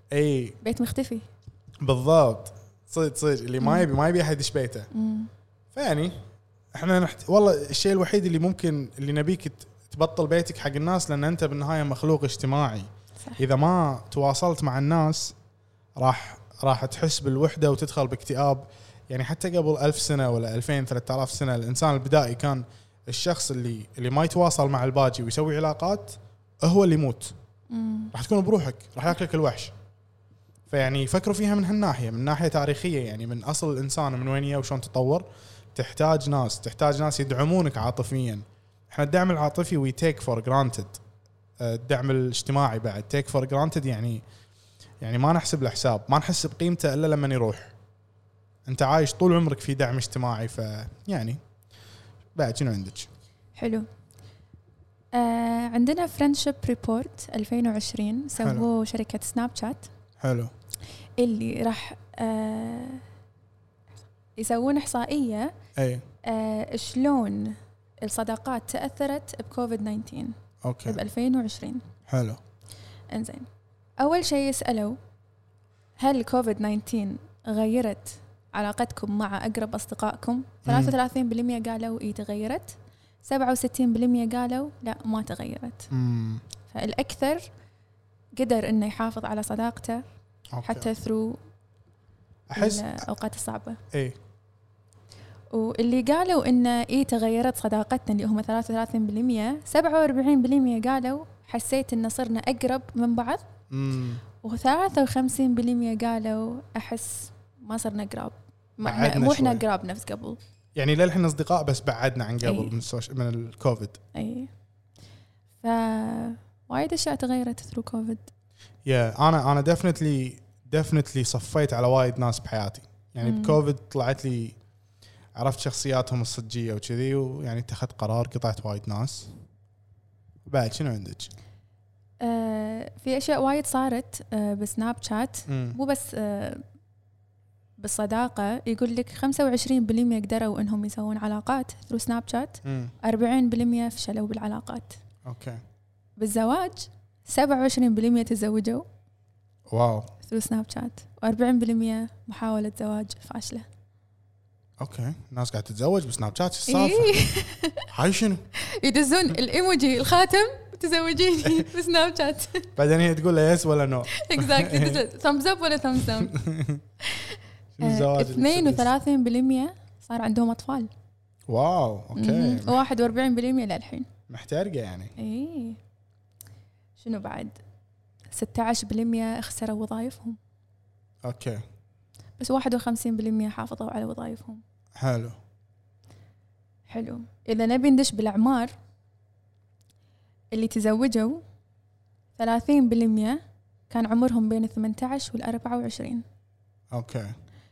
اي بيت مختفي. بالضبط، صدق اللي ما يبي احد يدش بيته. فيعني احنا والله الشيء الوحيد اللي ممكن اللي نبيك تبطل بيتك حق الناس، لان انت بالنهايه مخلوق اجتماعي. صح. اذا ما تواصلت مع الناس راح تحس بالوحده وتدخل باكتئاب. يعني حتى قبل 1000 سنه ولا 2000 3000 سنه الانسان البدائي كان الشخص اللي ما يتواصل مع الباقي ويسوي علاقات هو اللي يموت. راح تكون بروحك، راح ياكلك الوحش. فيعني فكروا فيها من هالناحيه، من ناحيه تاريخيه، يعني من اصل الانسان من وين جاء وشون تطور. تحتاج ناس يدعمونك عاطفيا. احنا الدعم العاطفي وي تيك فور جرانتد. الدعم الاجتماعي بعد تيك فور جرانتد، يعني ما نحسب الحساب، ما نحس بقيمته الا لما يروح. انت عايش طول عمرك في دعم اجتماعي، فيعني بعد شنو عندك؟ حلو. عندنا فريندشيب ريبورت 2020 سووه شركة سناب شات. حلو. اللي راح يسوون إحصائية شلون الصداقات تأثرت بكوفيد 19 اوكي ب 2020. حلو. انزين، أول شيء يسألوا هل كوفيد 19 غيرت علاقتكم مع أقرب أصدقائكم؟ 33% قالوا إيه تغيرت، 67% قالوا لا ما تغيرت. فالأكثر قدر إنه يحافظ على صداقته حتى ثرو الأوقات الصعبة. إيه. واللي قالوا إنه إيه تغيرت صداقتنا اللي هم 33%، 47% قالوا حسيت إن صرنا أقرب من بعض، و53% قالوا أحس ما صرنا قراب، مو إحنا قراب نفس قبل. يعني للحين أصدقاء بس بعدنا عن قبل. من الكوفيد. أي. وايد أشياء تغيرت ثرو كوفيد. أنا definitely صفيت على وايد ناس بحياتي. يعني بكوفيد طلعت لي، عرفت شخصياتهم الصجية وكذي، ويعني اتخذت قرار قطعت وايد ناس. بعد شنو عندك؟ في أشياء وايد صارت بسناب شات، مو بس بالصداقة. يقول لك 25% قدروا إنهم يسوون علاقات ثرو سناب شات، 40% فشلوا بالعلاقات. أوكي. بالزواج 27% تزوجوا واو ثرو سناب شات، و40% محاولة زواج فاشلة. اوكي، الناس قاعده تتزوج بسناب شات، ايش السالفه؟ هاي شنو؟ يدزون الايموجي الخاتم تزوجيني بسناب شات، بعدين هي تقول له يس ولا نو. اكزاكتلي، ثامز اب ولا ثامز داون. 32% صار عندهم اطفال. واو اوكي. 41% للحين محترقه يعني. اي. شنو بعد؟ 16% خسروا وظائفهم. اوكي. بس 51% حافظوا على وظائفهم. حلو. إذا نبي ندش بالأعمار، اللي تزوجوا 30% كان عمرهم بين 18 وال24. أوكي.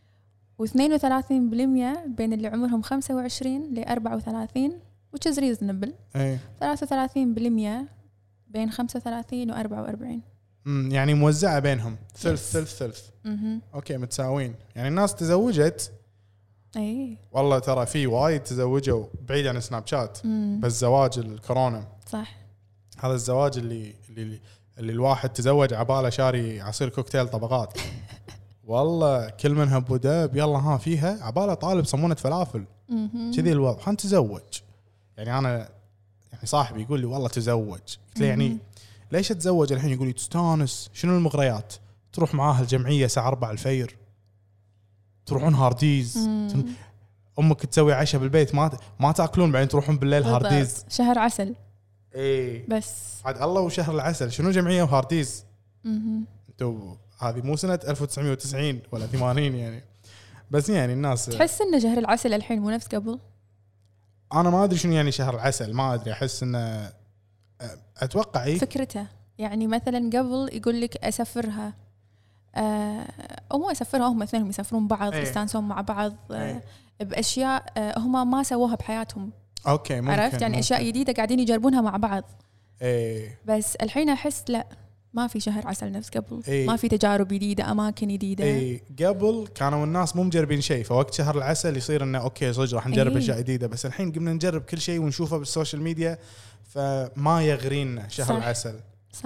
و32% بين اللي عمرهم 25 ل34 which is reasonable. 33% بين 35 و44. يعني موزعة بينهم ثلث. اوكي متساوين. يعني الناس تزوجت. اي والله ترى في وايد تزوجوا بعيد عن سناب شات. بس زواج الكورونا صح. هذا الزواج اللي الواحد تزوج عباله شاري عصير كوكتيل طبقات. والله كل من ابو دب يلا ها فيها عباله طالب صمونه فلافل كذي الوضع. حنتزوج يعني انا يعني صاحبي يقول لي والله تزوج. قلت له يعني ليش اتزوج الحين؟ يقول لي تستانس. شنو المغريات؟ تروح معاه الجمعيه الساعه 4 الفجر، تروحون هارديز، امك تسوي عشاء بالبيت ما تاكلون، بعدين تروحون بالليل هارديز. شهر عسل. ايه بس عاد الله وشهر العسل. شنو جمعيه وهارديز؟ انتوا هذه مو سنه 1990 ولا 80 يعني. بس يعني الناس تحس ان شهر العسل الحين مو نفس قبل. انا ما ادري شنو يعني شهر العسل، ما ادري. احس انه اتوقع ايه فكرته. يعني مثلا قبل يقول لك اسفرها او مو اسفرها، هم اثنينهم يسافرون بعض، يستانسون مع بعض باشياء هم ما سووها بحياتهم. اوكي ممكن. عرفت يعني اشياء جديده قاعدين يجربونها مع بعض. ايه بس الحين احس لا، ما في شهر عسل نفس قبل. ما في تجارب جديده، اماكن جديده. قبل كانوا الناس مو مجربين شيء، فوقت شهر العسل يصير انه اوكي صدق راح نجرب اشياء جديده. بس الحين قمنا نجرب كل شيء ونشوفه بالسوشيال ميديا، فما يغرينا شهر العسل. صح.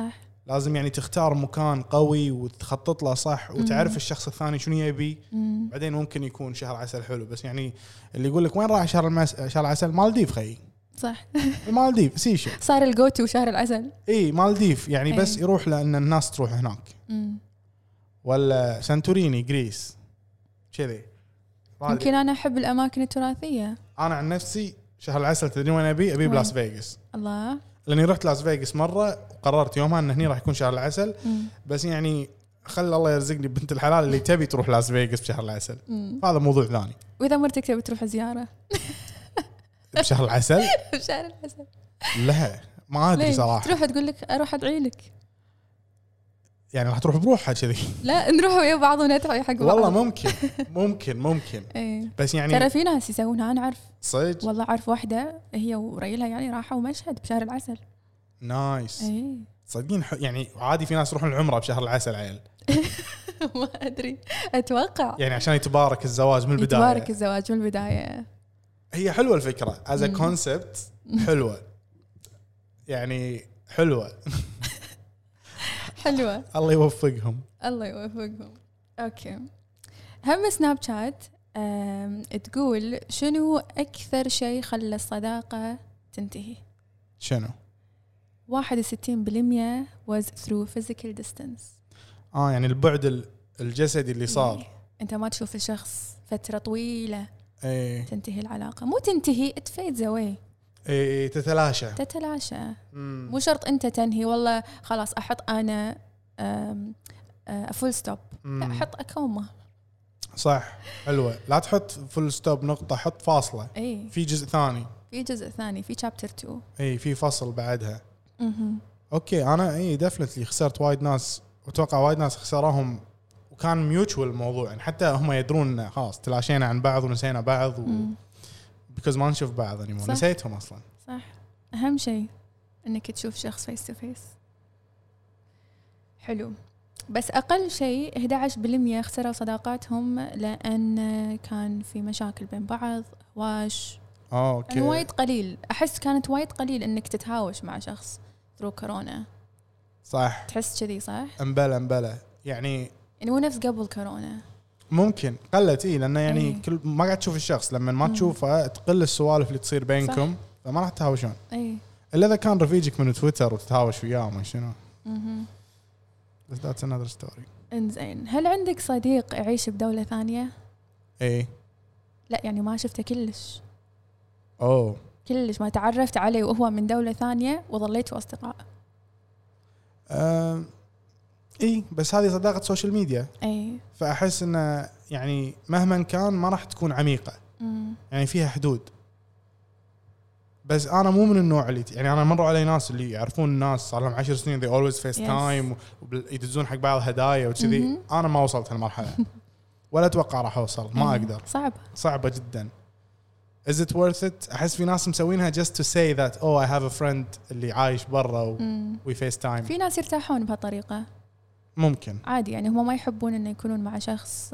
لازم يعني تختار مكان قوي وتخطط له صح وتعرف الشخص الثاني شنو يبي. بعدين ممكن يكون شهر عسل حلو. بس يعني اللي يقول لك وين راح شهر العسل؟ مالديف خي. صح. مالديف سيشل صار الجوتو شهر العسل. اي مالديف يعني بس يروح لان الناس تروح هناك. ولا سانتوريني غريس كذي. يمكن انا احب الاماكن التراثيه. انا عن نفسي شهر العسل تدري وين ابي بلاس فيغاس. الله. لاني رحت لاس فيغاس مره وقررت يومها ان هني راح يكون شهر العسل. بس يعني خلي الله يرزقني بنت الحلال اللي تبي تروح لاس فيغاس بشهر العسل. هذا موضوع ثاني. واذا مرتك تبي تروح زياره بشهر العسل؟ بشهر العسل لا ما ادري صراحه. تروح تقول لك اروح ادعي لك يعني راح تروح بروحها كذي؟ لا نروح ويا بعض وندعي حق بعض. والله ممكن ايه. بس يعني ترى في ناس يسوونها انا اعرف صدق. والله اعرف واحده هي وريلها يعني راحوا مشهد بشهر العسل. نايس. ايه صدقين يعني عادي في ناس يروحون العمره بشهر العسل عيل. ما ادري اتوقع يعني عشان يتبارك الزواج من البدايه. يتبارك الزواج من البدايه. هي حلوه الفكره از كونسبت حلوه يعني حلوه. حلوه. الله يوفقهم. الله يوفقهم. اوكي. هم سناب شات تقول شنو اكثر شيء خلى الصداقه تنتهي؟ شنو؟ 61% was through physical distance. يعني البعد الجسدي اللي صار. انت ما تشوف الشخص فتره طويله. ايه. تنتهي العلاقه. مو تنتهي تفيد زوي. ايه تتلاشى. مو شرط انت تنهي والله خلاص احط انا فول ستوب. لا حط اكومه. صح حلوه. لا تحط فول ستوب نقطه حط فاصله. ايه. في جزء ثاني. في شابتر 2. ايه في فصل بعدها. اوكي انا ديفنتلي خسرت وايد ناس واتوقع وايد ناس خسراهم وكان ميوتشوال الموضوع يعني حتى هم يدرون خلاص تلاشينا عن بعض ونسينا بعض بيكوز ما نشوف بعض يعني نسيتهم اصلا. صح. اهم شيء انك تشوف شخص فيس تو فيس. حلو. بس اقل شيء 11% خسروا صداقاتهم لان كان في مشاكل بين بعض هواش. اوكي. يعني وايد قليل. احس كانت وايد قليل انك تتهاوش مع شخص ثرو كورونا. صح. تحس كذي صح؟ امبلا يعني مو نفس قبل كورونا. ممكن قلت لانه يعني كل ما قاعد تشوف الشخص لما ما تشوفه تقل السوالف اللي تصير بينكم. صح. فما راح تتهاوشون. الا اذا كان رفيجك من تويتر وتتهاوش وياه ما شنو. بس that's another story. انزين هل عندك صديق يعيش بدولة ثانية؟ لا يعني ما شفته كلش. كلش ما تعرفت عليه وهو من دولة ثانية وظليتوا أصدقاء. بس هذه صداقة سوشيال ميديا. فأحس إنه يعني مهما كان ما راح تكون عميقة. يعني فيها حدود. بس أنا مو من النوع اللي يعني أنا مروا علي ناس اللي يعرفون الناس صار لهم 10 سنين they always FaceTime ويدزون حق بعض هدايا وكذي. أنا ما وصلت هالمرحلة ولا أتوقع راح أوصل. ما أقدر. صعبة جدا. Is it worth it؟ أحس في ناس مسوينها just to say that I have a friend اللي عايش برا we FaceTime. في ناس يرتاحون بهالطريقة. ممكن. عادي يعني هم ما يحبون إنه يكونون مع شخص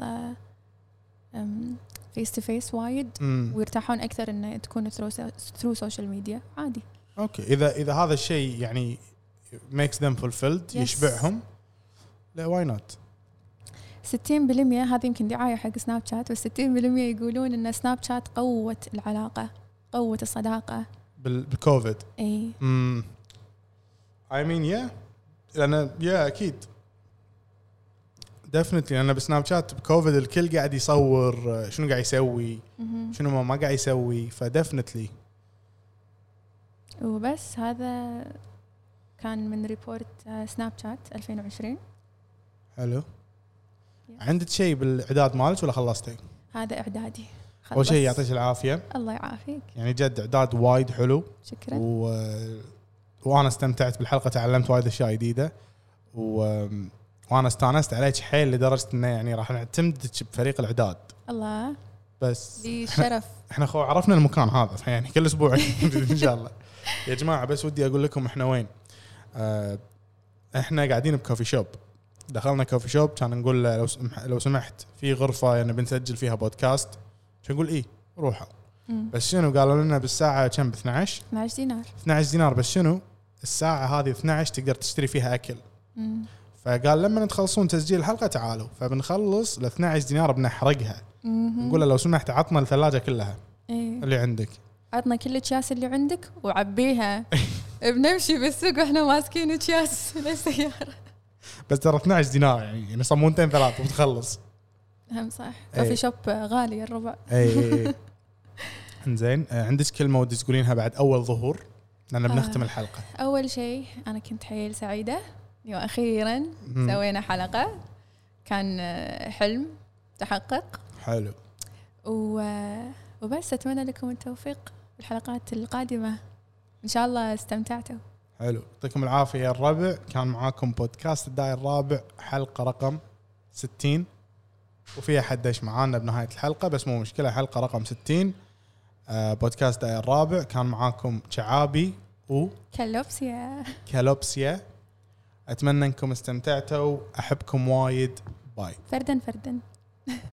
face to face وايد ويرتاحون أكثر إنه تكون through social media عادي. أوكي إذا هذا الشيء يعني makes them fulfilled يشبعهم لا why not. 60% هذه يمكن دعاية حق سناب شات بس 60% يقولون إن سناب شات قوت العلاقة قوت الصداقة بالكوفيد. I mean لأن أكيد definitely أنا بسناب شات بكوفيد الكل قاعد يصور شنو قاعد يسوي شنو ما قاعد يسوي فديفنتلي. وبس هذا كان من ريبورت سناب شات 2020. حلو. عندك شيء بالإعداد مالك ولا خلصتي؟ هذا إعدادي. أول شيء يعطيك العافية. الله يعافيك. يعني جد إعداد وايد حلو. شكرا. وأنا استمتعت بالحلقة تعلمت وايد أشياء جديدة وأنا استانست عليك حيل لدرجة إنه يعني راح نعتمد بفريق الإعداد. الله. بس. لي شرف. إحنا عرفنا المكان هذا يعني كل أسبوع إن شاء الله. يا جماعة بس ودي أقول لكم إحنا وين. إحنا قاعدين بكوفي شوب. دخلنا كوفي شوب كان نقول لو سمحت في غرفة يعني بنسجل فيها بودكاست كان نقول روحوا بس شنو قالوا لنا بالساعة كم ب12 دينار 12 دينار بس شنو الساعة هذه 12 تقدر تشتري فيها أكل فقال لما تخلصون تسجيل الحلقة تعالوا. فبنخلص ل 12 دينار بنحرقها. نقول له لو سمحت عطنا الثلاجة كلها اللي عندك، عطنا كل الأكياس اللي عندك وعبيها. بنمشي بالسوق واحنا ماسكين أكياس للسيارة. بس ترى 12 دينار يعني صمونتين ثلاثة وتخلص. هم صح. كوفي شوب غالي الربع. اي انزين، عندك كلمة ودي تقولينها بعد أول ظهور لأن بنختم الحلقة؟ أول شيء أنا كنت حيل سعيدة وأخيرا سوينا حلقة، كان حلم تحقق. حلو. وبس أتمنى لكم التوفيق بالحلقات القادمة، إن شاء الله استمتعتوا. حلو، يعطيكم العافية يا الربع. كان معاكم بودكاست الداير الرابع حلقة رقم 60، وفيها حدش معانا بنهاية الحلقة بس مو مشكلة، حلقة رقم 60 بودكاست الداير الرابع. كان معاكم شعابي كالوبسيا. أتمنى أنكم استمتعتوا، أحبكم وايد. باي. فردا